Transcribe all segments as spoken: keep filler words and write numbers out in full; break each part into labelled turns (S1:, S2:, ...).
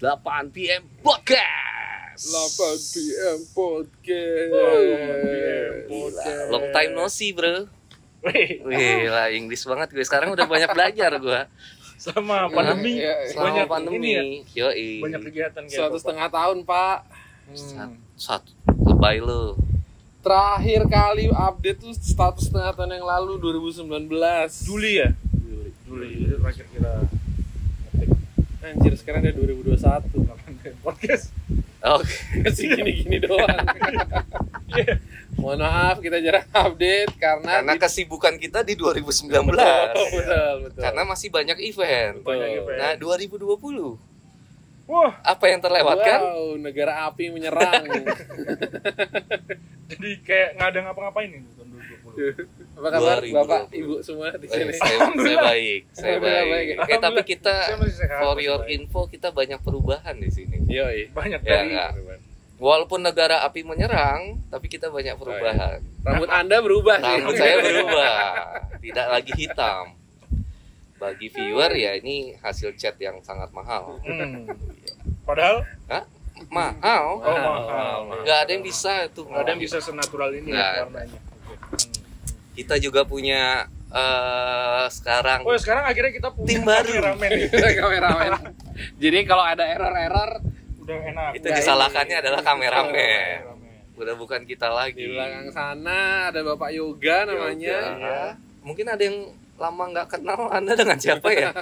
S1: delapan P M Podcast.
S2: delapan P M Podcast.
S1: delapan P M Podcast. Long time no see, bro. Wih, lah Inggris banget gue. Sekarang udah banyak belajar gue.
S3: Sama pandemi,
S2: ya, ya,
S1: Selama
S3: banyak
S1: pandemi,
S3: ini ya,
S1: yoi.
S3: banyak kegiatan kayak
S2: Satu
S3: Bapak.
S2: setengah tahun, Pak.
S1: Satu, satu. Lebay lu.
S2: Terakhir kali update tuh satu setengah tahun yang lalu, dua ribu sembilan belas.
S3: Juli ya? Juli. Juli itu terakhir kita ngetik.
S2: Anjir, sekarang udah dua ribu dua puluh satu.
S3: Podcast.
S1: Oke.
S2: Masih gini-gini doang.
S3: Iya.
S2: Mohon maaf kita jarang update karena
S1: Karena
S2: di-
S1: kesibukan kita di dua ribu sembilan belas.
S2: betul, betul.
S1: Karena masih banyak event.
S2: Betul.
S3: Banyak event.
S1: Nah, dua ribu dua puluh.
S3: Wah,
S1: Apa yang terlewatkan?
S2: Wow, negara api menyerang.
S3: jadi kayak nggak ada ngapa-ngapain ini tahun dua ribu dua puluh.
S2: Apa kabar
S1: dua ribu dua puluh.
S2: Bapak, Ibu semua di
S1: Eh,
S2: sini?
S1: saya, saya baik, saya
S2: Alhamdulillah baik.
S1: baik. Eh, tapi kita
S3: Saya masih sehat,
S1: for
S3: masih
S1: your
S3: baik.
S1: info kita banyak perubahan di sini.
S2: Yoi.
S3: Banyak
S1: Ya,
S3: dari
S1: enggak. Walaupun negara api menyerang, tapi kita banyak perubahan.
S2: Rambut Anda berubah sih.
S1: Rambut saya berubah, tidak lagi hitam. Bagi viewer ya ini hasil cat yang sangat mahal.
S3: Hmm. Padahal
S1: Hah? Mahal?
S3: oh, mahal.
S1: Nggak ada yang bisa itu.
S3: Nggak ada yang bisa senatural ini
S1: Nggak
S3: ya
S1: ada.
S3: warnanya. Oke. Hmm.
S1: Kita juga punya eh, sekarang
S3: Oh, sekarang akhirnya kita punya
S1: Tim baru.
S3: kameramen nih.
S2: Kameramen. Jadi kalau ada error-error
S3: Udah enak.
S1: itu
S2: Nggak,
S1: disalahkannya adalah kameramen.
S3: Kameramen.
S1: Udah bukan kita lagi.
S2: di belakang sana ada Bapak Yoga namanya.
S1: Yoga.
S3: Iya.
S1: Mungkin ada yang lama nggak kenal Anda dengan siapa ya?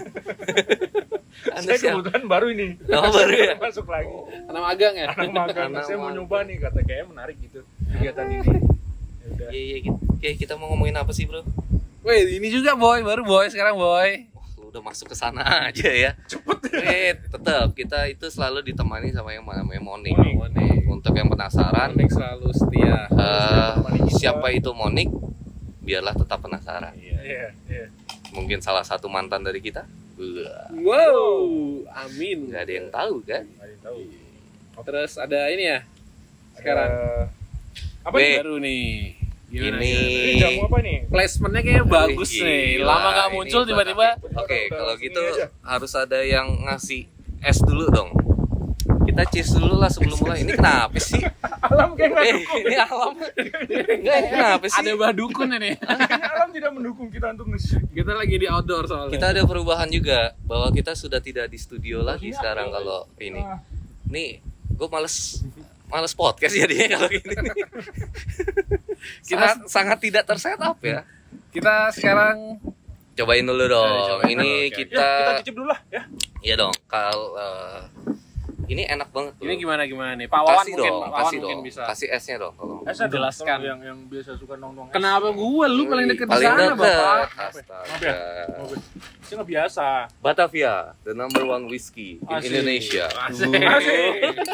S1: Anda
S3: Saya
S1: siapa?
S3: kebetulan baru ini.
S1: Oh, baru ya?
S3: Masuk lagi.
S2: Anak magang ya?
S3: Anak magang.
S1: Anak
S3: Saya mau
S1: magang.
S3: nyoba nih, kata kayaknya menarik gitu kegiatan ini. Ya udah.
S1: Iya iya gitu. Oke, kita mau ngomongin apa sih, Bro?
S2: Wih, ini juga boy, baru boy sekarang boy.
S1: Wah, lu udah masuk ke sana aja ya. Cepet. Eh, tetap kita itu selalu ditemani sama yang namanya Monik.
S2: Monik.
S1: Untuk yang penasaran,
S2: Monik selalu setia.
S1: eh,
S3: Monik kita.
S1: siapa itu Monik? Biarlah tetap penasaran.
S3: Iya, iya.
S1: Mungkin salah satu mantan dari kita. Wah,
S2: Wow, amin.
S1: nggak ada yang tahu kan?
S3: Nggak ada yang tahu.
S2: Terus ada ini ya. Sekarang
S3: Eh, apa
S1: Weh.
S3: nih?
S2: baru nih. Gimana,
S1: Ini-
S2: gimana?
S3: Ini jamu apa nih?
S2: Placementnya kayaknya bagus
S1: Gila,
S2: nih. Lama nggak
S1: ini
S2: muncul
S1: buat
S2: tiba-tiba.
S1: apa? Oke,
S3: Udah,
S1: kalau
S3: langsung
S1: gitu
S3: ini aja.
S1: harus ada yang ngasih es dulu dong. Kita cheers dulu lah sebelum mulai. Ini kenapa sih?
S3: Alam kayak nggak
S1: Eh,
S3: dukung.
S1: ini alam. Enggak, ini kenapa sih?
S2: Ada badukun ini.
S3: Alam tidak mendukung kita untuk nge-shoot.
S2: Kita lagi di outdoor soalnya.
S1: Kita ada perubahan juga bahwa kita sudah tidak di studio lagi
S3: iya.
S1: sekarang kalau ini.
S3: Ah,
S1: Nih, gue males males podcast jadinya kalau gini nih. Sangat, sangat tidak tersetup ya.
S2: Kita sekarang
S1: Cobain dulu dong.
S2: cobain.
S1: Ini
S2: Oke.
S3: Ya, kita
S1: kita
S3: cicip dulu lah ya.
S1: iya dong. Kalau eh, ini enak banget. Bro.
S2: ini gimana gimana nih? Pak Wawan
S1: kasih
S2: mungkin,
S1: dong,
S2: Pak Wawan
S1: kasih
S2: mungkin
S1: dong.
S2: bisa.
S1: Kasih esnya dong. tolong.
S3: Eh, saya
S2: Jelaskan.
S3: yang yang biasa suka nongkrong.
S2: Kenapa gua? Lu paling deket di
S1: Paling
S2: sana,
S1: deket.
S2: Bapak.
S1: Astaga.
S3: Maaf ya. Maaf ya. Saya nggak biasa.
S1: Batavia, the number one whiskey in
S3: Asik.
S1: Indonesia.
S2: Asik.
S3: Asik.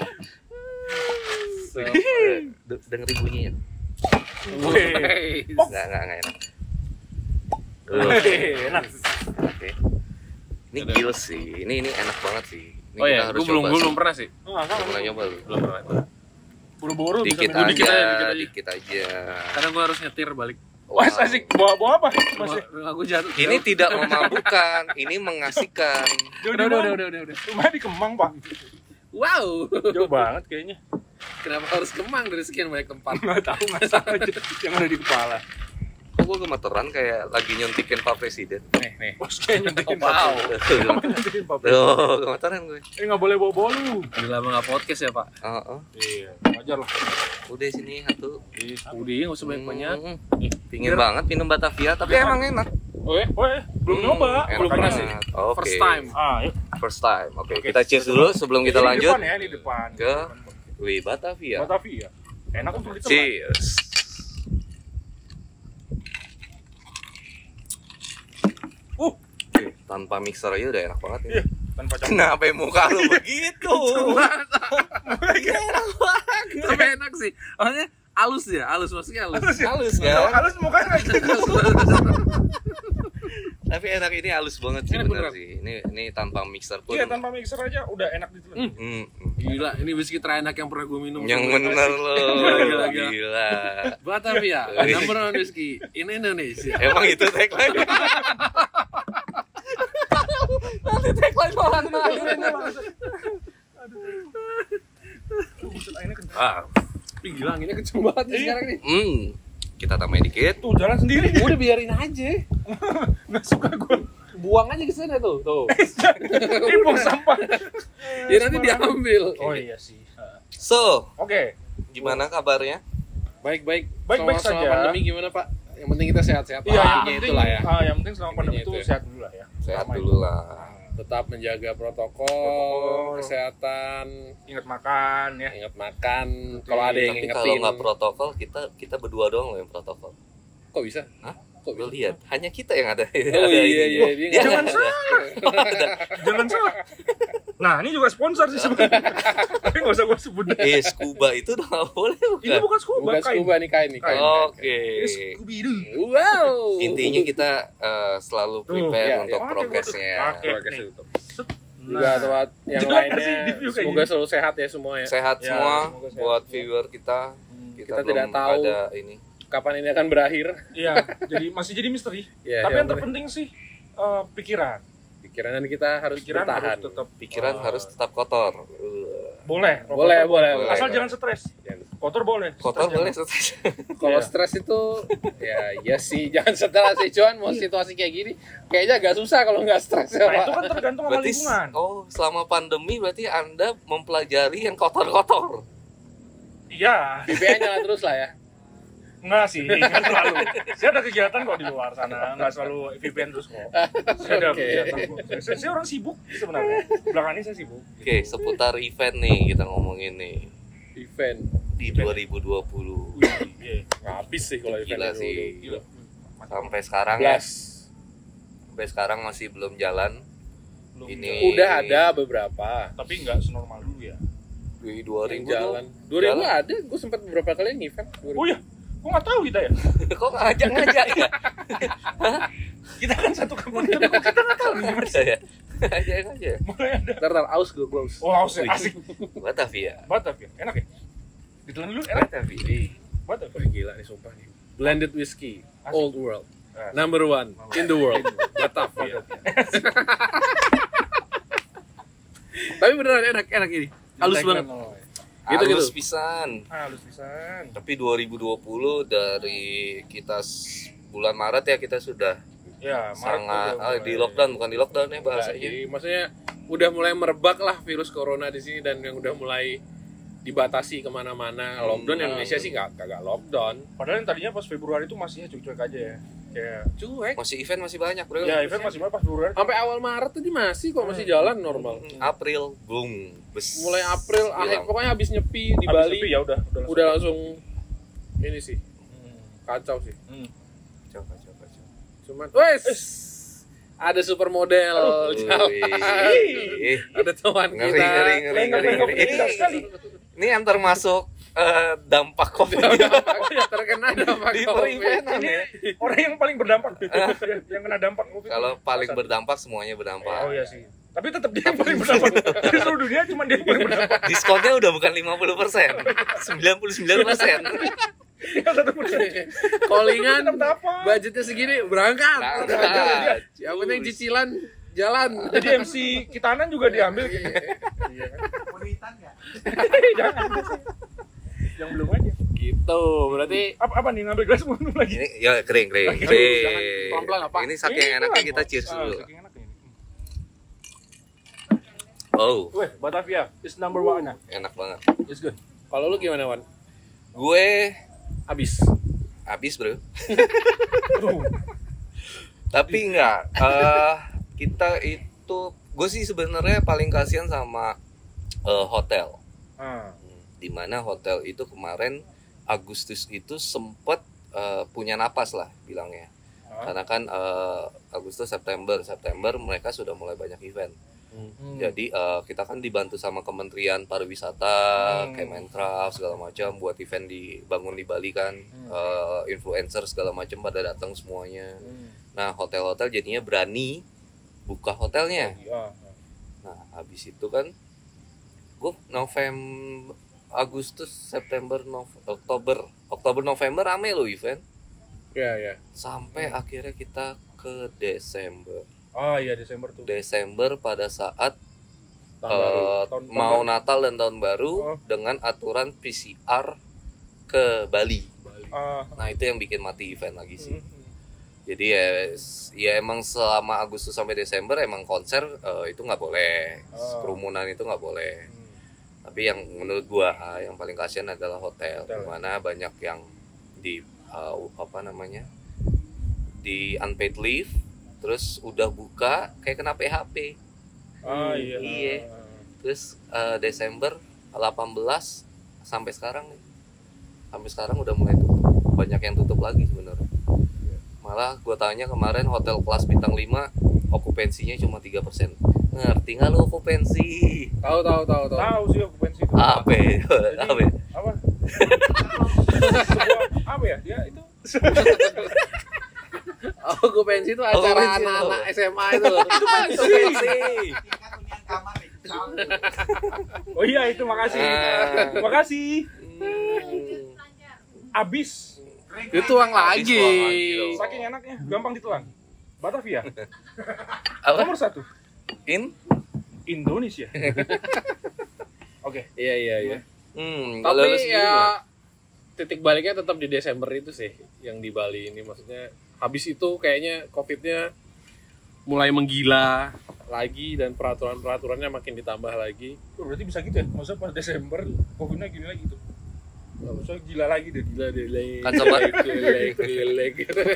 S1: So, eh, de- dengerin bunyinya.
S2: Wey.
S1: Enggak, enggak, enggak enak.
S3: Hei, enak.
S1: Oke. Ini gils sih. Ini ini enak banget sih. Ini
S2: Oh
S1: kita
S2: ya,
S1: harus
S2: gua belum
S1: coba
S2: gua
S1: sih.
S2: belum pernah sih.
S3: Oh, enggak,
S1: Belum pernah nyoba lu.
S2: Belum pernah.
S3: Buru-buru bisa
S1: Dikit
S3: minum.
S1: aja,
S2: dikit aja, dikit aja.
S1: dikit aja.
S2: Karena gua harus nyetir balik.
S3: Wah, asik. Bawa bawa apa? Masih.
S2: Aku jatuh.
S1: Ini tidak memabukkan, ini mengasihkan.
S3: Jauh
S2: udah,
S3: di
S2: udah,
S3: mana?
S2: udah, udah, udah.
S3: Rumahnya di Kemang, Pak.
S2: Wow.
S3: Jauh banget kayaknya.
S2: Kenapa harus Kemang dari sekian banyak tempat?
S3: Nggak tahu, nggak tahu aja yang ada di kepala.
S1: Kok gue gemeteran kayak lagi nyuntikin Pak Presiden.
S2: Nih, nih.
S3: Bos kayak nyuntikin
S2: Wow.
S3: Kamu nyuntikin Pak.
S1: Tuh, gemeteran gue.
S3: Eh, nggak boleh bawa-bawa lu.
S2: Udah lama nggak podcast ya, Pak?
S1: Oh, oh.
S3: Iya, wajar lah.
S1: Udah sini satu.
S2: Udah, nggak usah banyak-banyak.
S1: Hmm, Pingin banget minum Batavia, tapi emang enak.
S3: Oh ya? Oh ya? Belum
S1: Hmm,
S3: nyoba.
S1: enak
S2: belum pernah
S1: banget.
S2: sih.
S1: Oke.
S2: First time.
S3: Ah, yuk.
S1: First time. Oke,
S3: Oke.
S1: kita cheers dulu sebelum kita
S3: Ini
S1: lanjut
S3: Di depan ya, di depan.
S1: ke
S3: Di
S1: Wih Batavia.
S3: depan. Batavia. Enak untuk ditelan.
S1: Cheers.
S3: Uh,
S1: Oke, tanpa mixer aja udah enak banget ini.
S3: iya. Tanpa campur.
S1: Kenapa muka lu begitu?
S2: Tapi enak sih. Maksudnya halus ya, halus maksudnya halus.
S1: Halus
S3: Kalau
S1: kan?
S3: halus mukanya gitu.
S1: Tapi enak ini halus banget sih
S2: Enak
S1: bener
S2: beneran.
S1: sih. Ini ini tanpa mixer pun.
S3: Iya, tanpa mixer aja udah enak ditelan.
S1: Hmm,
S2: Gila, ini whisky terenak yang pernah gue minum.
S1: yang bener lo.
S2: Gila, gila, gila.
S1: Gila.
S2: Batavia, number one whisky in Indonesia.
S1: Emang itu tagline. Nanti tagline orang lain. Wow.
S2: Ih, gila anginnya kenceng banget nih sekarang nih.
S1: Hmm. Kita tambahin dikit.
S3: Tuh jalan sendiri.
S2: Udah biarin aja.
S3: Nggak suka gue.
S2: Buang aja ke sana tuh. Tuh.
S3: Ini buang sampah.
S2: Ya nanti diambil.
S3: Oh iya sih.
S1: So,
S3: Oke.
S1: gimana kabarnya?
S2: Baik-baik.
S3: Baik-baik
S2: Selama- selama
S3: saja.
S2: pandemi gimana, Pak? Yang penting kita sehat-sehat.
S3: Iya, yang
S2: Intinya
S3: penting
S2: itulah ya.
S3: ah, yang penting selama pandemi
S2: Intinya
S3: itu
S2: itu ya.
S3: sehat dulu lah ya.
S1: Sehat
S3: Sama
S1: dulu lah.
S2: Tetap menjaga protokol,
S3: Protokol.
S2: kesehatan,
S3: Ingat makan ya.
S2: ingat makan. Kalau ada yang
S1: Tapi
S2: ingetin.
S1: kalau nggak protokol, kita kita berdua doang loh yang protokol.
S2: Kok bisa?
S1: Hah?
S2: Kok
S1: Gue
S2: bisa?
S1: lihat, hanya kita yang ada.
S2: Oh
S1: ada
S2: iya
S1: ininya.
S2: iya, dia nggak
S3: Jangan
S2: ada.
S3: Jangan salah. Nah, ini juga sponsor sih sebenarnya. Tapi nggak usah gue sebut deh.
S1: Eh, scuba itu udah nggak boleh bukan?
S3: Ini bukan scuba,
S2: Bukan
S3: kain.
S2: scuba nih kain nih kain.
S1: Oke.
S3: Ini Scooby-Doo.
S2: Wow.
S1: Intinya kita eh, selalu prepare
S2: iya,
S1: untuk
S3: iya.
S1: prokesnya.
S3: Oke.
S2: Prokes
S3: nih.
S2: itu.
S3: Set.
S2: Juga
S3: Nah,
S2: tempat yang
S3: Jelek nggak sih
S2: lainnya.
S3: review kayak
S2: Semoga
S3: gini?
S2: selalu sehat ya semua ya.
S1: Sehat
S3: Ya,
S1: semua
S3: semoga sehat
S1: buat
S3: semua.
S1: viewer kita.
S3: Hmm,
S1: Kita,
S2: kita
S1: belum
S2: tidak tahu.
S1: ada ini.
S2: Kapan ini akan berakhir?
S3: Iya, jadi masih jadi misteri.
S2: Ya,
S3: Tapi yang
S2: yang
S3: terpenting sih eh, pikiran.
S2: pikiran kita harus
S3: Pikiran
S2: bertahan.
S3: harus tetap
S1: Pikiran
S3: eh,
S1: harus tetap kotor. Uh,
S3: boleh.
S2: Boleh,
S3: kotor
S2: boleh,
S1: boleh.
S3: Asal
S2: boleh.
S3: jangan stres. Kotor boleh.
S1: kotor
S3: stres
S1: boleh
S3: jangan.
S1: stres.
S2: Kalau
S3: Iya.
S2: stres itu ya ya sih jangan setelah sih cuman mau situasi kayak gini kayaknya agak susah kalau nggak stres ya,
S3: Nah,
S2: Pak.
S3: itu kan tergantung sama
S1: Berarti
S3: lingkungan.
S1: oh selama pandemi berarti Anda mempelajari yang kotor-kotor.
S3: Iya.
S2: V P N nyala terus lah ya.
S3: Enggak sih, enggak selalu. Saya ada kegiatan kok di luar sana, enggak selalu V P N terus kok. Saya ada
S2: Oke.
S3: kegiatan kok. Saya, saya orang sibuk sebenarnya. Belakangan ini saya sibuk.
S1: Oke, seputar event nih kita ngomongin nih
S2: Event
S1: di dua ribu dua puluh.
S3: Iya.
S2: nggak habis sih kalau event
S1: Gila
S2: ini
S1: sih.
S2: udah-
S3: Gila.
S1: Sampai sekarang ya,
S2: Belas.
S1: sampai sekarang masih belum jalan.
S3: Belum
S1: Ini-
S3: jalan.
S2: Udah ada beberapa
S3: Tapi enggak senormal dulu ya.
S1: Di dua
S2: yang
S1: ribu
S2: jalan.
S1: tuh.
S2: dua ribu
S1: Jalan.
S2: ada, gue sempat beberapa kali yang event. dua ribu.
S3: Oh iya, kok nggak tahu kita ya?
S1: Kok ngajak-ngajak ya?
S3: Kita kan satu komunitas, kok kita nggak tahu nih gimana
S1: Ada ya? Ngajak aja.
S3: mulai ada.
S2: Ntar, ntar, aus gue, gue aus.
S3: Oh, haus ya, asik.
S1: Batavia.
S3: Batavia, enak ya? Ditelan dulu, enak.
S1: Batavia.
S3: Batavia.
S2: Wah, gila nih sumpah nih. Blended whiskey,
S3: Asik.
S2: old world.
S3: Asik.
S2: Number one in the world. Batavia. Tapi beneran enak, enak ini. Halus banget. Gitu,
S1: Halus
S2: gitu.
S1: pisan.
S3: Halus pisan.
S1: Tapi dua ribu dua puluh dari kita s- bulan Maret ya kita sudah
S3: Ya, Maret
S1: sangat
S3: tuh
S1: ah,
S3: udah
S1: di
S3: mulai.
S1: lockdown bukan di lockdown ya
S2: Nah,
S1: bahasanya.
S2: jadi maksudnya udah mulai merebak lah virus corona di sini dan yang udah mulai dibatasi kemana-mana. Lockdown
S1: Hmm.
S2: Indonesia sih nggak kagak lockdown.
S3: Padahal yang tadinya pas Februari itu masih ya cuek-cuek aja ya. Kayak
S2: Cuek.
S1: Masih event masih banyak, Bro.
S3: ya event masih banyak pas Februari.
S2: Sampai awal Maret tadi masih kok masih jalan normal.
S1: Hmm, April boom. Bes.
S2: Mulai April akhir
S1: Hilang.
S2: pokoknya habis nyepi di
S3: Habis
S2: Bali
S3: sepi, ya udah udah
S2: udah langsung ini sih
S3: Hmm.
S2: kacau sih.
S3: Hmm.
S1: Coba coba coba.
S2: Cuman wes ada supermodel jalan.
S1: Wih.
S2: Ada teman
S1: Ngeri
S2: kita.
S1: ngeri ngeri ngeri.
S3: Lengkap-lengkap
S1: ngeri.
S3: indah sekali.
S1: Ini yang termasuk eh, dampak Covid
S2: Terkena dampak
S1: di
S2: COVID.
S1: perivenan
S3: Ini
S1: ya.
S3: orang yang paling berdampak yang kena dampak Covid.
S1: Kalau paling berdampak semuanya berdampak.
S3: Oh iya sih. Tapi tetap dia yang paling berdampak. Di seluruh dunia cuma dia yang paling berdampak.
S1: Diskonnya udah bukan lima puluh persen, sembilan puluh sembilan persen.
S3: Tinggal satu persen.
S2: Callingan
S3: Tetap dapat.
S2: budgetnya segini berangkat.
S1: Berangkat.
S2: Yang penting cicilan jalan.
S3: Jadi M C Kitanan juga diambil gitu. Iya kan?
S4: Puritan nggak?
S3: Jangan. Yang belum aja.
S2: Gitu. Berarti
S3: Apa apa nih ngambil gelas minum lagi?
S1: Ini ya kering kering
S2: Jangan
S1: kering.
S2: pelan-pelan, apa?
S1: Ini saking
S3: Ini
S1: enaknya
S3: kan,
S1: kita
S3: Bos.
S1: cheers
S3: Ah,
S1: dulu.
S3: saking enaknya ini.
S1: Oh,
S3: Weh, Batavia is number one.
S1: enak banget.
S3: It's good.
S2: kalau lu gimana, Wan?
S1: Gue
S2: Habis.
S1: habis, Bro.
S3: Tuh.
S1: Tapi enggak, eh kita itu gue sih sebenarnya paling kasihan sama eh, hotel.
S3: Ah.
S1: Dimana hotel itu kemarin Agustus itu sempat eh, punya napas lah bilangnya.
S3: Ah.
S1: Karena kan eh, Agustus September September mereka sudah mulai banyak event.
S3: Hmm.
S1: Jadi eh, kita kan dibantu sama Kementerian Pariwisata,
S3: Hmm.
S1: Kementrav segala macam buat event dibangun di Bali kan,
S3: Hmm.
S1: eh, influencer segala macam pada datang semuanya.
S3: Hmm.
S1: Nah hotel-hotel jadinya berani buka hotelnya.
S3: Iya.
S1: Nah habis itu kan, gue November, Agustus, September, Nov- Oktober, Oktober November rame loh event.
S2: Ya, ya.
S1: Sampai akhirnya kita ke Desember.
S3: Ah iya Desember tuh.
S1: Desember pada saat
S2: Tahun baru.
S1: eh,
S3: tahun
S1: mau
S3: tahun
S1: Natal dan tahun baru
S3: Oh.
S1: dengan aturan P C R ke Bali.
S2: Bali.
S3: Ah,
S1: Nah itu yang bikin mati event lagi sih.
S3: hmm.
S1: Jadi ya, ya emang selama Agustus sampai Desember emang konser eh, itu nggak boleh,
S3: Oh.
S1: kerumunan itu nggak boleh.
S3: Hmm.
S1: Tapi yang menurut gua yang paling kasihan adalah hotel,
S3: Hotel.
S1: dimana banyak yang di eh, apa namanya di unpaid leave, terus udah buka kayak kena P H P.
S3: Ah iya.
S1: Iya. Terus eh, Desember delapan belas sampai sekarang nih, sampai sekarang udah mulai tutup, banyak yang tutup lagi sebenarnya. Malah gue tanya kemarin hotel kelas bintang lima okupansinya cuma tiga persen. Ngerti nggak lu okupansi?
S2: Tahu tahu tahu tahu.
S3: Tahu sih okupansi itu.
S1: Apa? Apa?
S3: Apa? Sebuah apa ya? Dia itu
S2: Oh, gue pensi itu acara
S1: Okupansi
S2: anak-anak
S1: itu.
S2: S M A itu loh.
S1: Okupansi.
S3: Oh iya itu makasih.
S1: Ah.
S3: Makasih.
S1: Hmm.
S3: Abis.
S2: Dituang lagi.
S1: Dituang lagi loh.
S3: Saking enaknya, gampang ditelan. Batavia.
S1: Apa?
S3: Nomor satu.
S1: In?
S3: Indonesia. Oke.
S2: Iya iya iya.
S1: Hmm, kalau lu
S2: Tapi
S1: sendiri
S2: ya
S1: gimana?
S2: titik baliknya tetap di Desember itu sih yang di Bali ini, maksudnya habis itu kayaknya Covid-nya mulai menggila lagi dan peraturan-peraturannya makin ditambah lagi.
S3: Oh, berarti bisa gitu ya? Maksudnya pas Desember, Covid-nya gini lagi tuh. Maksudnya gila lagi deh.
S2: Gila deh,
S1: Kan sempat
S2: gelek gelek.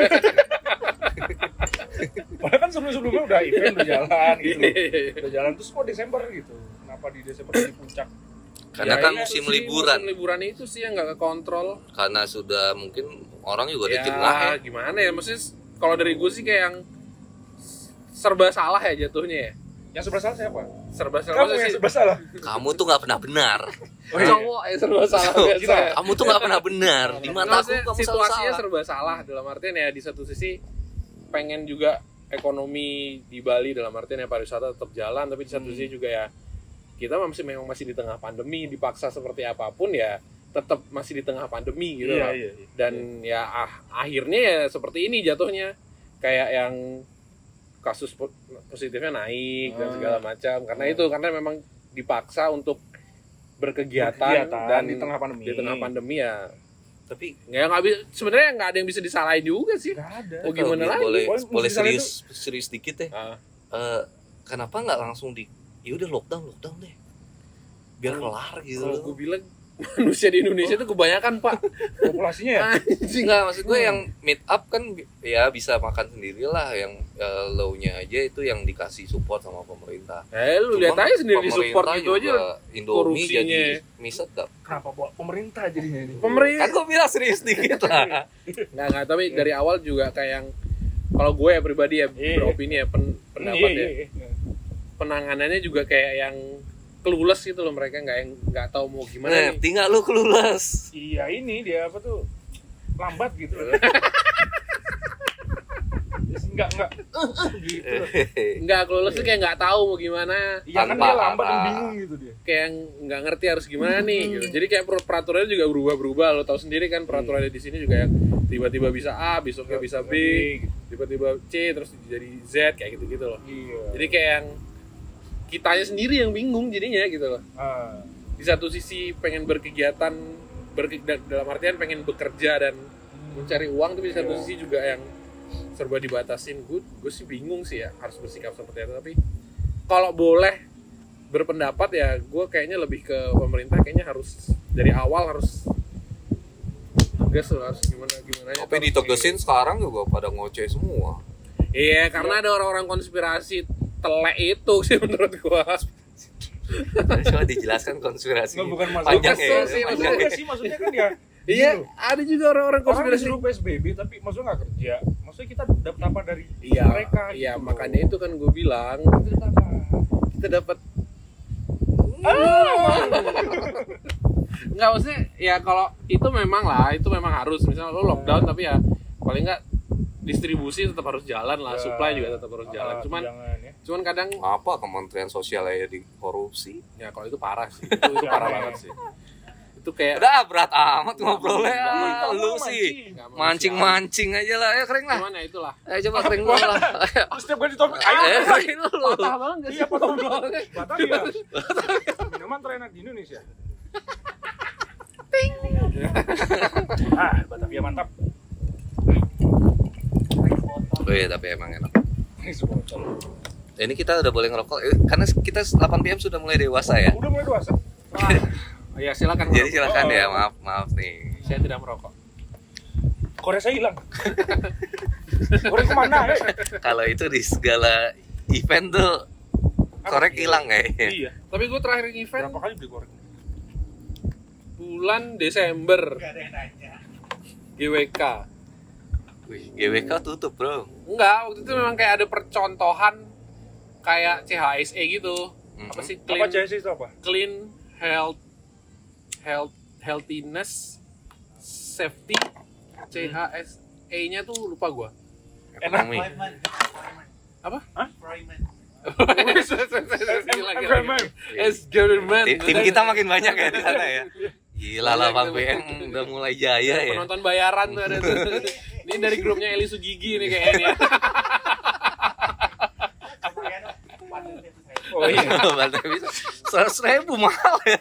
S3: Padahal kan sebelum-sebelumnya udah event, udah jalan gitu. Udah jalan terus kok Desember gitu. Kenapa di Desember di puncak?
S1: karena
S2: Ya,
S1: kan
S2: itu
S1: musim
S2: sih,
S1: liburan.
S2: Musim liburan itu sih yang nggak kekontrol.
S1: Karena sudah mungkin orang juga udah
S2: Ya
S1: jengah ya.
S2: gimana ya, maksudnya kalau dari gue sih kayak yang serba salah ya jatuhnya ya.
S3: Yang serba salah siapa?
S2: Serba salah
S3: Kamu
S2: maksudnya
S3: yang
S2: sih.
S3: serba salah.
S1: Kamu tuh nggak pernah benar.
S3: Oh, iya.
S2: Cowok yang serba salah biasa.
S3: Kita.
S1: Kamu tuh nggak pernah benar. Di mata aku
S2: Maksudnya
S1: kamu selalu
S2: situasinya
S1: salah.
S2: serba salah dalam artian ya di satu sisi pengen juga ekonomi di Bali dalam artian ya pariwisata tetap jalan, tapi di satu
S3: Hmm.
S2: sisi juga ya kita masih memang masih di tengah pandemi, dipaksa seperti apapun ya tetap masih di tengah pandemi gitu
S3: Iya,
S2: loh.
S3: iya, iya.
S2: Dan ya ah, akhirnya ya seperti ini jatuhnya, kayak yang kasus po- positifnya naik dan
S3: Ah.
S2: segala macam karena
S3: Ah.
S2: itu karena memang dipaksa untuk berkegiatan,
S3: Berkegiatan
S2: dan
S3: di tengah pandemi.
S2: di tengah pandemi ya
S1: Tapi
S2: nggak nggak bisa, sebenarnya nggak ada yang bisa disalahin juga sih.
S3: Nggak ada.
S2: Oh, gimana
S1: kalau
S2: lagi?
S1: boleh
S3: Boleh-
S1: boleh
S3: misalnya
S1: serius serius dikit deh.
S2: Ah,
S1: Eh, kenapa nggak langsung di ya udah lockdown lockdown deh biar
S2: Kalau-
S1: kelar gitu
S2: kalau
S1: loh.
S2: gue bilang manusia di Indonesia itu kebanyakan pak.
S3: Populasinya ya?
S2: Anjing.
S1: Nggak, maksud gue yang meet up kan bi- ya bisa makan sendirilah, yang eh, low-nya aja itu yang dikasih support sama pemerintah.
S2: Eh lu
S1: Cuma
S2: lihat aja sendiri di
S1: pemerintah
S2: support gitu
S1: juga
S2: aja.
S1: Indomie
S2: korupsinya.
S1: jadi miset gak?
S3: Kenapa bawa pemerintah jadinya ini?
S1: Kan
S2: Pemerintah.
S1: gue bilang serius dikit lah.
S2: Nggak nggak tapi dari awal juga kayak yang kalau gue ya pribadi ya
S3: Iya.
S2: beropini ya pen- pendapat
S3: Iya,
S2: ya
S3: iya, iya.
S2: penanganannya juga kayak yang clueless gitu loh, mereka nggak yang nggak tahu mau gimana
S1: Nah,
S2: nih.
S1: tinggal lu kelulus.
S3: Iya ini dia apa tuh lambat gitu. Enggak enggak gitu.
S2: Nggak clueless tuh kayak nggak tahu mau gimana,
S3: Iya kan
S1: Tanpa
S3: dia lambat dan
S1: arah.
S3: bingung gitu dia.
S2: kayak yang nggak ngerti harus gimana nih gitu. Jadi kayak per- peraturannya juga berubah-berubah, lo tahu sendiri kan peraturannya di sini juga yang tiba-tiba bisa A, besoknya bisa B, tiba-tiba C, terus jadi Z kayak gitu-gitu loh.
S3: Iya.
S2: Jadi kayak yang kitanya sendiri yang bingung jadinya gitu loh.
S3: Ah.
S2: Di satu sisi pengen berkegiatan berke- da- dalam artian pengen bekerja dan mencari uang, tapi di satu
S3: Iya.
S2: sisi juga yang serba dibatasin. Gue gue sih bingung sih ya harus bersikap seperti itu, tapi kalau boleh berpendapat ya gue kayaknya lebih ke pemerintah, kayaknya harus dari awal harus tegas loh, harus gimana gimana.
S1: Tapi ditegesin sekarang juga pada ngoceh semua.
S2: Iya, karena ada orang-orang konspirasi telek itu sih menurut gua.
S1: Coba dijelaskan konspirasi.
S3: Nggak, bukan masalah
S1: panjang
S2: kesel
S1: ya.
S2: sih,
S1: panjang
S3: Maksudnya
S1: ya.
S3: enggak sih, maksudnya kan ya
S2: Iya,
S3: gitu.
S2: ada juga orang-orang
S3: Orang
S2: konspirasi.
S3: disuruh P S B B tapi maksudnya nggak kerja. Maksudnya kita dapat apa dari
S2: Iya,
S3: mereka
S2: iya
S3: gitu.
S2: makanya itu kan gue bilang
S3: Kita dapat apa?
S2: kita dapat.
S3: Ah.
S2: Nggak, maksudnya ya kalau itu memang lah, itu memang harus. Misalnya lo lockdown tapi ya paling nggak distribusi tetap harus jalan lah,
S3: Ya.
S2: supply juga tetap harus jalan.
S3: Ah,
S2: Cuman
S3: jangan ya.
S2: cuman kadang
S1: Apa Kementerian Sosial aja di korupsi?
S2: ya kalau itu parah sih, itu, itu parah
S3: Jangan.
S2: banget sih. Itu kayak
S1: Udah berat amat ngobrolnya.
S3: Ngomongin
S1: Ah,
S3: kamu
S1: lu
S3: mancing.
S1: sih
S2: nggak mau
S1: mancing-mancing aja lah. Ya kering lah.
S2: Cuman ya itulah.
S1: Ayo coba kering dulu lah. Ayo.
S3: Terus setiap kali topik ayo.
S1: Eh, kering dulu.
S2: Patah banget nggak sih?
S3: Iya, potong dulu. Batak ya. terenak di Indonesia. Ting. Ah, Batavia mantap.
S1: Oh iya, tapi emang enak.
S3: Ini sebotol.
S1: Ini kita udah boleh ngerokok eh, karena kita delapan P M sudah mulai dewasa ya.
S3: Udah mulai dewasa.
S2: Oh ya silakan.
S1: Jadi
S2: merokok.
S1: silakan
S3: Oh.
S1: ya, maaf maaf nih.
S2: Saya tidak merokok.
S3: Korek saya hilang. Korek kemana? Eh?
S1: Kalau itu di segala event tuh korek hilang kayaknya.
S3: Iya.
S2: Tapi gue terakhir event
S3: Berapa kali beli korek?
S2: bulan Desember. G W K.
S1: Wih, G W K tutup, Bro.
S2: Enggak, waktu itu memang kayak ada percontohan kayak C H S E gitu.
S1: Mhm.
S2: Apa sih
S3: Apa
S2: clean
S3: C S I itu apa?
S2: clean health health healthiness safety C H S E-nya tuh lupa gua.
S1: Ekonomi.
S2: Apa?
S3: Hah?
S2: Lagi-lagi. Es government.
S1: Tim, tim kita makin banyak ya di sana ya. Gila delapan P M udah mulai jaya ya.
S2: Penonton bayaran tuh ada tuh. Ini dari grupnya Eli Sugigi nih kayaknya.
S3: Oh iya.
S1: Bantai bisa seratus ribu mahal ya.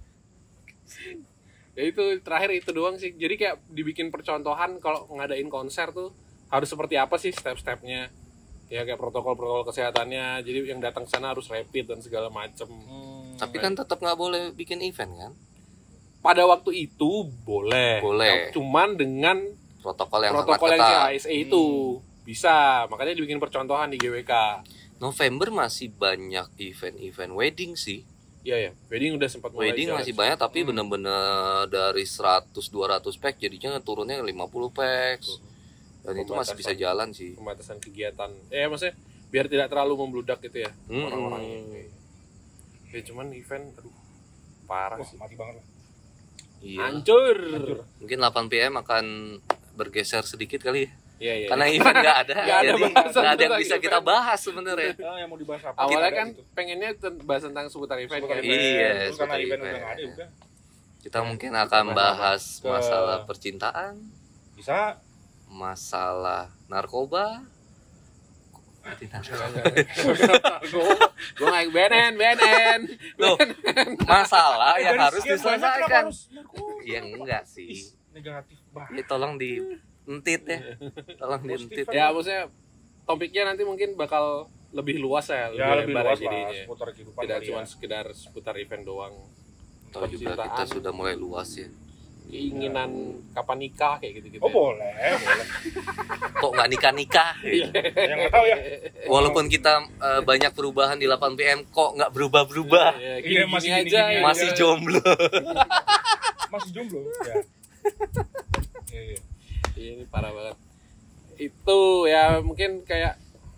S2: Ya itu terakhir itu doang sih. Jadi kayak dibikin percontohan kalau ngadain konser tuh harus seperti apa sih step-stepnya. Ya kayak protokol-protokol kesehatannya. Jadi yang datang ke sana harus rapid dan segala macem.
S3: Hmm,
S1: Tapi kan tetap nggak boleh bikin event kan?
S2: Pada waktu itu boleh.
S1: Boleh.
S2: Cuman dengan
S1: Protokol yang
S2: protokol
S1: sangat
S2: yang C
S1: ketat.
S2: H S E itu bisa. Makanya dibikin percontohan di G W K.
S1: November masih banyak event-event wedding sih.
S2: Iya ya. Wedding udah sempat mulai
S1: Wedding
S2: jalan.
S1: masih banyak tapi
S2: Hmm.
S1: bener-bener dari seratus dua ratus pack jadinya turunnya lima puluh pack. Dan itu masih bisa
S2: Pembatasan.
S1: jalan sih.
S2: Pembatasan kegiatan. Eh maksudnya biar tidak terlalu membludak gitu ya
S1: Hmm.
S2: orang-orangnya. Ya cuman event aduh parah
S3: Wah,
S2: sih.
S3: mati banget lah.
S1: Iya.
S2: Hancur.
S3: Hancur.
S1: Mungkin delapan P M akan bergeser sedikit kali ya.
S2: Iya iya.
S1: Karena event nggak ada,
S2: Nggak ada
S1: jadi
S2: bahasan
S1: nggak ada yang
S2: tentang
S1: bisa
S2: event.
S1: kita bahas sebenarnya.
S3: Ah, yang mau dibahas apa?
S2: Awalnya
S3: Tidak
S2: kan
S3: ada gitu.
S2: pengennya ten- bahas tentang seputar event
S3: Seputar
S2: kan.
S3: event.
S1: Iya,
S3: Terus karena
S1: seputar
S3: event udah
S1: event.
S3: nggak ada udah.
S1: Kita mungkin akan bahas
S3: Ke-
S1: masalah percintaan,
S3: Bisa.
S1: masalah narkoba.
S2: Gue nggak B N N, B N N.
S1: Loh, masalah yang
S3: Dari
S1: harus
S3: sekian banyak kenapa
S1: diselesaikan.
S3: harus narkoba?
S1: Ya enggak sih.
S3: Negatif banget.
S1: Ya tolong dientit ya. Tolong dientit.
S2: Ya maksudnya topiknya nanti mungkin bakal lebih luas ya,
S3: Ya lebih
S2: lebar
S3: luas lah
S2: jadinya.
S3: seputar kehidupan
S2: Tidak
S3: kali
S2: cuma
S3: ya.
S2: sekedar seputar event doang.
S1: Toh juga kita
S2: Percintaan.
S1: sudah mulai luas ya.
S2: Keinginan kapan nikah kayak gitu-gitu.
S3: Oh
S2: ya.
S3: boleh, boleh.
S1: Kok nggak nikah-nikah? Gitu.
S3: Yang nggak tahu ya.
S1: Walaupun kita eh, banyak perubahan di delapan P M, kok nggak berubah-berubah?
S2: Ya,
S3: Iya,
S2: gini-gini
S3: masih
S2: aja.
S3: gini-gini
S2: ya.
S1: Masih jomblo.
S3: Masih jomblo. Ya. Iya, iya.
S2: Ini parah banget. Itu ya mungkin kayak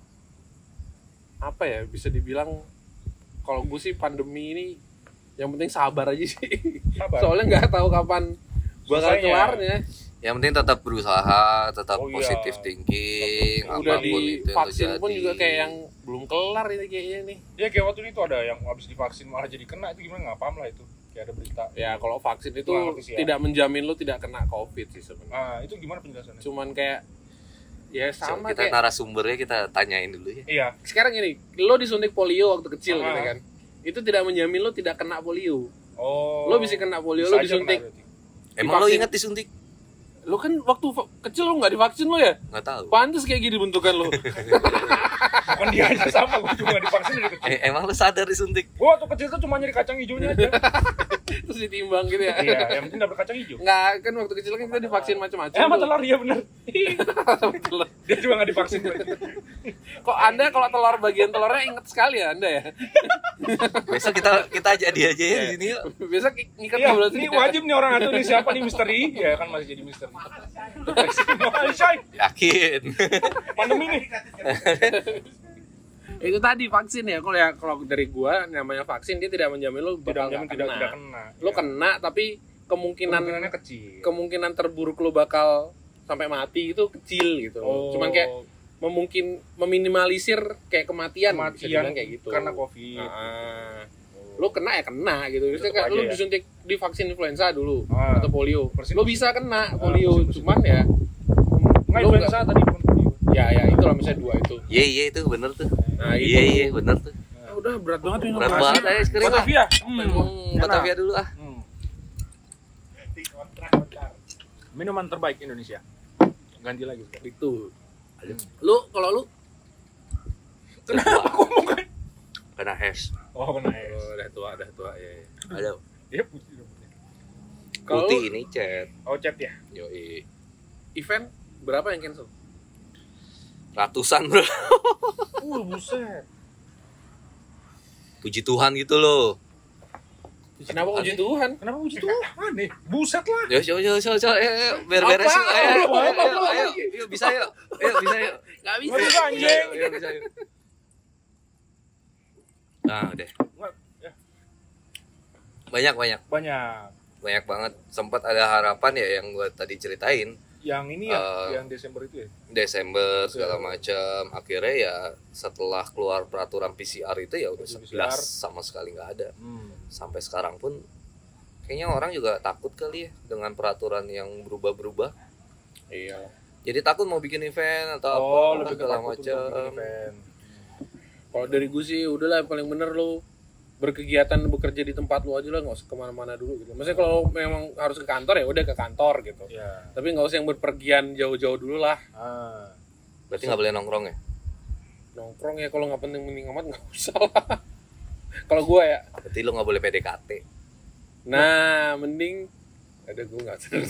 S2: apa ya bisa dibilang kalau gue sih pandemi ini yang penting sabar aja sih.
S3: Sabar.
S2: Soalnya nggak tahu kapan bakal
S3: Selesainya.
S2: kelarnya.
S1: Yang penting tetap berusaha, tetap
S3: Oh iya.
S1: positive thinking,
S2: Udah
S1: apapun
S2: di
S1: itu yang
S2: vaksin pun
S1: terjadi.
S2: juga kayak yang belum kelar ini kayaknya nih.
S3: Ya kayak waktu itu ada yang habis divaksin malah jadi kena itu gimana nggak paham lah itu. Kayak ada berita.
S2: Ya kalau vaksin itu
S3: Nggak ngerti sih ya.
S2: tidak menjamin lu tidak kena COVID sih sebenarnya.
S3: Ah, itu gimana penjelasannya?
S2: Cuman kayak ya
S1: So,
S2: sama
S1: kita
S2: kayak
S1: narasumbernya kita tanyain dulu ya.
S3: Iya.
S2: sekarang ini lo disuntik polio waktu kecil
S3: Ah.
S2: gitu kan. Itu tidak menjamin lo tidak kena polio.
S3: Oh.
S2: Lo bisa kena polio,
S3: Bisa
S2: lo
S3: aja
S2: disuntik.
S3: kena berarti.
S1: Emang lo
S2: Divaksin.
S1: ingat disuntik?
S2: Lo kan waktu va- kecil lo nggak divaksin lo ya?
S1: Nggak tahu.
S2: Pantes kayak gini bentukan lo.
S3: Bukan dia aja sama, gue juga divaksin dari kecil.
S1: Eh, emang lo sadar disuntik?
S3: Gue waktu kecil tuh cuma nyari kacang hijaunya aja.
S2: Terus ditimbang gitu ya.
S3: Iya, yang penting dapet kacang hijau.
S2: Nggak, kan waktu kecil kan kita divaksin macam-macam.
S3: Eh, sama
S2: tuh.
S3: telur iya bener.
S2: Sama telur.
S3: Dia juga nggak divaksin.
S2: Kok Anda kalau telur bagian telurnya inget sekali ya Anda ya?
S1: Besok kita kita jadi aja ya di sini yuk.
S2: Biasa ngikat
S3: Iya,
S2: berarti.
S3: ini wajib nih orang ngatur nih siapa nih misteri. Ya kan masih jadi misteri. Shay,
S1: Yakin.
S3: pandemi nih.
S2: Itu tadi vaksin ya. Kalau ya kalau dari gua namanya vaksin dia tidak menjamin lo
S3: Tidak
S2: bakal
S3: menjamin
S2: nggak
S3: tidak
S2: kena.
S3: tidak kena.
S2: Lo
S3: Ya.
S2: kena tapi kemungkinan
S3: Kemungkinannya kecil.
S2: kemungkinan terburuk lo bakal sampai mati itu kecil gitu.
S3: Oh,
S2: Cuman kayak memungkin meminimalisir kayak kematian, bisa
S3: kematian
S2: dibilang kayak gitu.
S3: karena covid.
S2: Nah, lo kena ya kena gitu. Misalnya
S3: Tetep
S2: kayak
S3: aja
S2: lo
S3: ya.
S2: disuntik di vaksin influenza dulu
S3: Ah.
S2: atau polio.
S3: Persis.
S2: Lo bisa kena
S3: Ah,
S2: polio,
S3: persis, persis.
S2: cuman ya
S3: Nggak
S2: lo
S3: influenza tadi bukan polio.
S2: ya ya itu lah misalnya dua itu.
S1: Iya iya itu bener tuh.
S2: Nah, itu.
S1: Iya iya bener tuh.
S2: Nah, udah berat banget ini.
S1: Berat banget aja es krim.
S3: Batavia.
S1: Hmm,
S3: Hmm.
S1: Batavia dulu ah.
S3: Hmm. Minuman terbaik Indonesia. Ganti lagi sekarang.
S2: Itu.
S3: Hmm.
S2: Lu kalau lu
S1: Kenapa kena es.
S3: Oh, benar.
S2: oh, udah tua, udah tua ya. ya.
S1: Ada
S3: Iya, putih. putih.
S2: Kalau
S1: putih
S2: lu
S1: ini chat.
S3: Oh, chat ya.
S1: Yoi.
S2: event berapa yang cancel?
S1: Ratusan bro.
S3: Uh, buset.
S1: Puji Tuhan gitu loh.
S2: Kenapa puji Tuhan?
S3: Kenapa puji Tuhan nih? Buset lah.
S1: Yo yo yo yo yo eh beres-beres
S2: Apa?
S1: yuk. Ayo, ayo,
S2: Apa?
S1: ayo,
S2: Apa
S1: ayo, ayo,
S2: lagi?
S1: yuk bisa yuk. Yuk bisa yuk.
S2: Enggak bisa.
S3: Nggak bisa, anjing.
S1: Yuk, bisa yuk. Nah, udah.
S3: Ya,
S1: Banyak banyak
S3: banyak.
S1: banyak banget. Sempat ada harapan ya yang gua tadi ceritain
S3: Yang ini ya,
S1: Eh,
S3: yang Desember itu ya.
S1: Desember segala macam. Akhirnya ya setelah keluar peraturan P C R itu ya udah
S3: P C R.
S1: sebelas sama sekali nggak ada.
S3: Hmm.
S1: Sampai sekarang pun kayaknya orang juga takut kali ya dengan peraturan yang berubah-berubah.
S2: Iya.
S1: Jadi takut mau bikin event atau
S3: Oh,
S1: apa
S3: lebih ke
S1: segala
S3: takut untuk
S1: macam.
S3: bikin event.
S2: Kalau dari gue sih udahlah yang paling bener lu berkegiatan bekerja di tempat lu aja lah, nggak usah kemana-mana dulu gitu. Maksudnya kalau memang harus ke kantor ya udah ke kantor gitu.
S3: Ya.
S2: Tapi nggak usah yang berpergian jauh-jauh dulu lah.
S3: Ah.
S1: Berarti nggak boleh nongkrong ya?
S2: Nongkrong ya kalau nggak penting-penting amat nggak usah lah. Kalau gue ya,
S1: Berarti lu nggak boleh P D K T.
S2: nah mending ada gue nggak terus.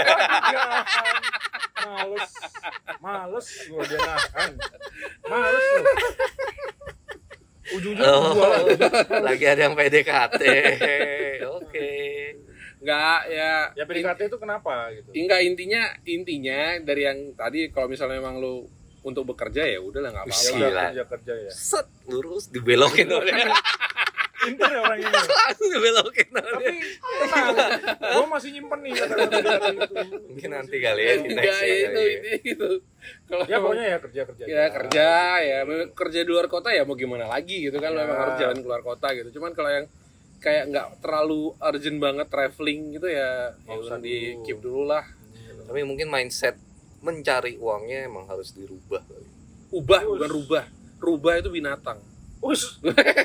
S3: Males. Males gua dia nahan. Males lu. Ujungnya
S1: Oh,
S3: gua lagi.
S1: lagi ada yang P D K T. Oke.
S2: Nggak ya.
S3: Ya P D K T itu kenapa gitu?
S2: Enggak, intinya intinya dari yang tadi kalau misalnya memang lu untuk bekerja ya udahlah nggak
S3: Ya
S2: apa-apa.
S1: Gila.
S3: udah kerja kerja ya.
S1: Set lurus dibelokin oleh.
S3: Pintar ya orang ini.
S1: Langsung dibelokin
S3: Tapi
S1: oleh.
S3: tenang, gua masih nyimpen nih kata-kata P D K T itu.
S1: Mungkin nanti kali ya kita
S2: Enggak,
S1: share
S2: itu
S1: kali ya.
S2: itu gitu. Kalau
S3: Ya pokoknya ya kerja kerja.
S2: ya kerja ya kerja di luar kota ya mau gimana lagi gitu kan, lo
S3: Ya.
S2: emang harus jalan keluar kota gitu. Cuman kalau yang kayak nggak terlalu urgent banget traveling gitu ya
S3: Nggak
S2: ya
S3: usah
S2: usah di
S3: dulu.
S2: keep dulu lah.
S1: Tapi mungkin mindset mencari uangnya emang harus dirubah kali.
S2: Ubah
S3: Us.
S2: bukan rubah. Rubah itu binatang.
S3: Us.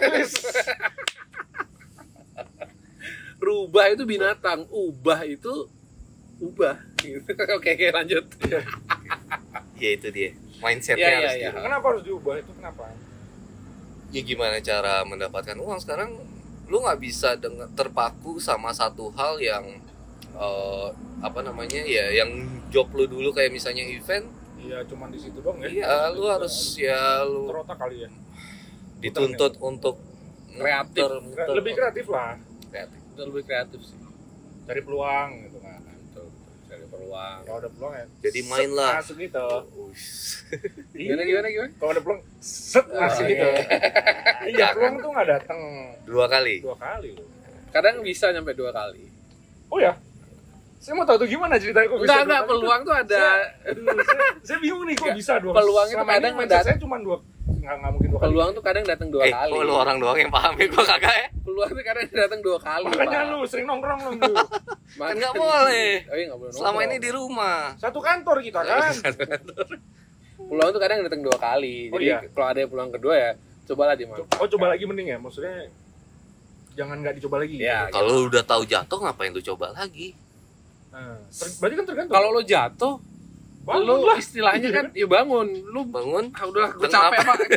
S2: Rubah itu binatang, ubah itu ubah. Gitu. Oke, oke lanjut.
S1: Ya itu dia. Mindsetnya
S2: Iya, iya,
S1: harus
S2: iya.
S1: dirubah.
S3: Kenapa harus diubah itu kenapa?
S1: Ya gimana cara mendapatkan uang sekarang? Lu nggak bisa dengan terpaku sama satu hal yang eh, apa namanya ya, yang job lu dulu kayak misalnya event.
S3: Iya cuman di situ doang ya.
S1: Iya, lu harus ya lu
S3: terotak kali ya.
S1: dituntut untuk
S2: Kreatif.
S1: muter- muter-
S3: Lebih kreatif lah.
S1: kreatif.
S2: Itu lebih kreatif sih.
S3: Cari peluang gitu kan.
S2: Betul, betul. Cari peluang.
S3: Kalau ada peluang ya.
S1: Jadi main
S3: set,
S1: lah.
S3: Masuk gitu.
S1: Ush.
S2: Gimana gimana gimana?
S3: Kalau ada peluang set masuk
S2: Oh,
S3: gitu.
S2: iya.
S3: Iya peluang tuh nggak datang
S1: Dua kali.
S3: dua kali loh.
S2: Kadang bisa sampai dua kali.
S3: Oh ya. Saya mau tahu tuh gimana ceritanya kok bisa.
S2: Enggak,
S3: dua
S2: enggak,
S3: kali.
S2: peluang tuh ada.
S3: Aduh, saya, saya bingung nih kok
S2: Nggak,
S3: bisa dua.
S2: peluang itu
S3: Selama
S2: kadang
S3: ini mindset
S2: mendat-
S3: saya cuma dua, nggak nggak mungkin dua kali.
S2: Peluang tuh kadang datang dua
S1: eh,
S2: kali.
S1: kok lu orang doang yang paham ya, gua kagak ya?
S2: Peluang tuh kadang datang dua kali.
S3: Makanya
S2: Pak.
S3: lu sering nongkrong lu. dulu.
S2: Makanya-
S1: Kan nggak boleh.
S2: Oh iya nggak boleh.
S1: Selama
S2: nongkrong.
S1: ini di rumah.
S3: Satu kantor kita kan.
S2: Peluang tuh kadang datang dua kali.
S3: Oh,
S2: Jadi
S3: iya?
S2: kalau ada peluang kedua ya cobalah dimanfaatkan.
S3: Oh coba lagi mending ya, maksudnya jangan nggak dicoba lagi.
S2: Ya,
S3: gitu.
S1: Kalau lu udah tahu jatuh ngapain lu coba lagi?
S3: Nah, ter- berarti kan tergantung.
S2: Kalau lo jatuh,
S3: bangun
S2: lo
S3: lah.
S2: istilahnya kan ya bangun. Lu
S1: Bangun.
S2: ah, udah gue
S1: Kenapa?
S2: capek pak.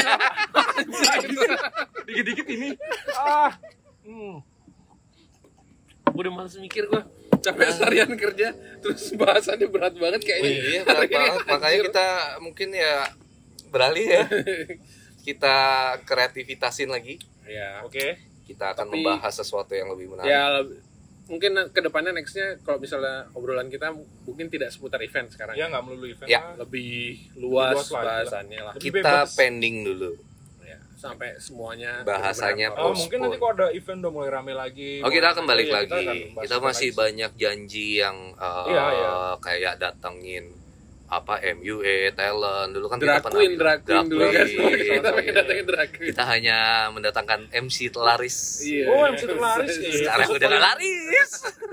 S3: Dikit-dikit ini. Ah. Hmm.
S2: Udah males mikir gue. Capek seharian kerja, terus bahasannya berat banget kayaknya.
S1: Iya, berat banget. Makanya kita mungkin ya beralih ya. Kita kreativitasin lagi.
S2: Ya.
S3: Oke.
S1: Kita akan
S2: Tapi-
S1: membahas sesuatu yang lebih menarik.
S2: Ya leb- mungkin kedepannya nextnya kalau misalnya obrolan kita mungkin tidak seputar event sekarang.
S3: Ya nggak melulu event.
S1: Ya.
S3: lah.
S2: Lebih luas,
S3: luas lah,
S2: bahasannya lah.
S3: Lebih
S1: Kita
S3: bebas.
S1: pending dulu.
S2: Ya, sampai semuanya
S1: Bahasanya
S2: benar-benar
S3: Oh, mungkin nanti kalau ada event udah mulai rame lagi.
S1: Oh, kita akan balik
S3: Iya,
S1: lagi.
S3: akan
S1: Kita,
S3: bahas event
S1: masih
S3: lagi.
S1: banyak janji yang uh,
S3: Iya, iya.
S1: kayak datengin apa M U A talent dulu kan
S2: drag
S1: kita
S2: queen,
S1: pernah
S2: drag queen dulu kan.
S1: queen.
S2: Kita pengen datengin drag queen.
S1: Kita hanya mendatangkan M C laris.
S2: Iya.
S3: Oh, M C terlaris. Iya.
S1: Sekarang udah nggak laris.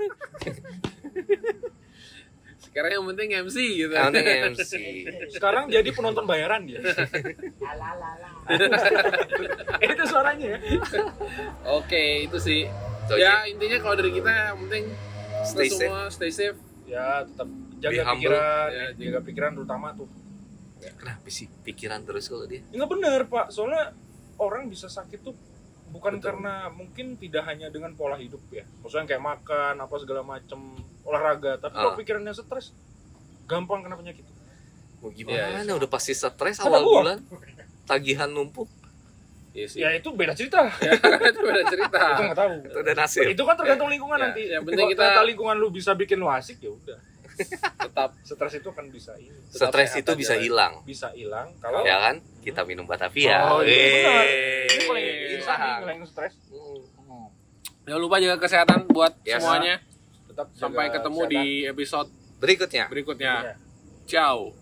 S2: Sekarang yang penting M C gitu.
S1: Yang penting M C.
S3: Sekarang jadi penonton bayaran dia. Itu suaranya ya.
S2: Oke, itu sih.
S1: Itu
S2: Ya
S1: aja.
S2: intinya kalau dari kita yang penting
S1: Stay
S2: kita semua stay safe.
S3: Ya tetap
S1: Be
S3: jaga
S1: humble.
S3: pikiran,
S2: Ya,
S3: ya, jaga pikiran terutama tuh.
S1: Kenapa sih pikiran terus kalau dia?
S3: Enggak bener pak, soalnya orang bisa sakit tuh bukan
S1: Betul.
S3: karena mungkin tidak hanya dengan pola hidup ya, maksudnya kayak makan apa segala macem olahraga, tapi kalau
S1: Ah.
S3: pikirannya stres gampang kena penyakit.
S1: Mau
S2: Iya,
S1: gimana?
S2: iya.
S1: Udah pasti stres
S3: Kata
S1: awal
S3: gua.
S1: bulan. Tagihan numpuk.
S2: Iya sih.
S3: Ya itu beda cerita.
S2: Itu beda cerita.
S3: Itu nggak tahu.
S1: Itu udah nasib.
S3: Itu kan tergantung lingkungan
S2: Ya,
S3: nanti.
S2: yang penting
S3: Kalau
S2: kita-
S3: ternyata lingkungan lu bisa bikin lu asik ya udah.
S2: Tetap
S3: Stres itu kan bisa ini,
S2: tetap
S1: Stres
S2: sehat
S1: itu
S2: aja
S1: bisa
S2: lah.
S1: hilang.
S3: bisa hilang kalau
S1: Ya kan? Kita minum Batavia.
S3: Oh, iya, benar.
S1: Yeay.
S3: ini paling bisa nih
S1: Hilang.
S3: ngilangin stres.
S1: Hmm.
S2: Jangan lupa jaga kesehatan buat
S1: Yes.
S2: semuanya.
S3: Tetap
S2: Sampai
S3: jaga
S2: ketemu
S3: kesehatan.
S2: di episode
S1: Berikutnya.
S2: berikutnya.
S3: Iya.
S2: Ciao.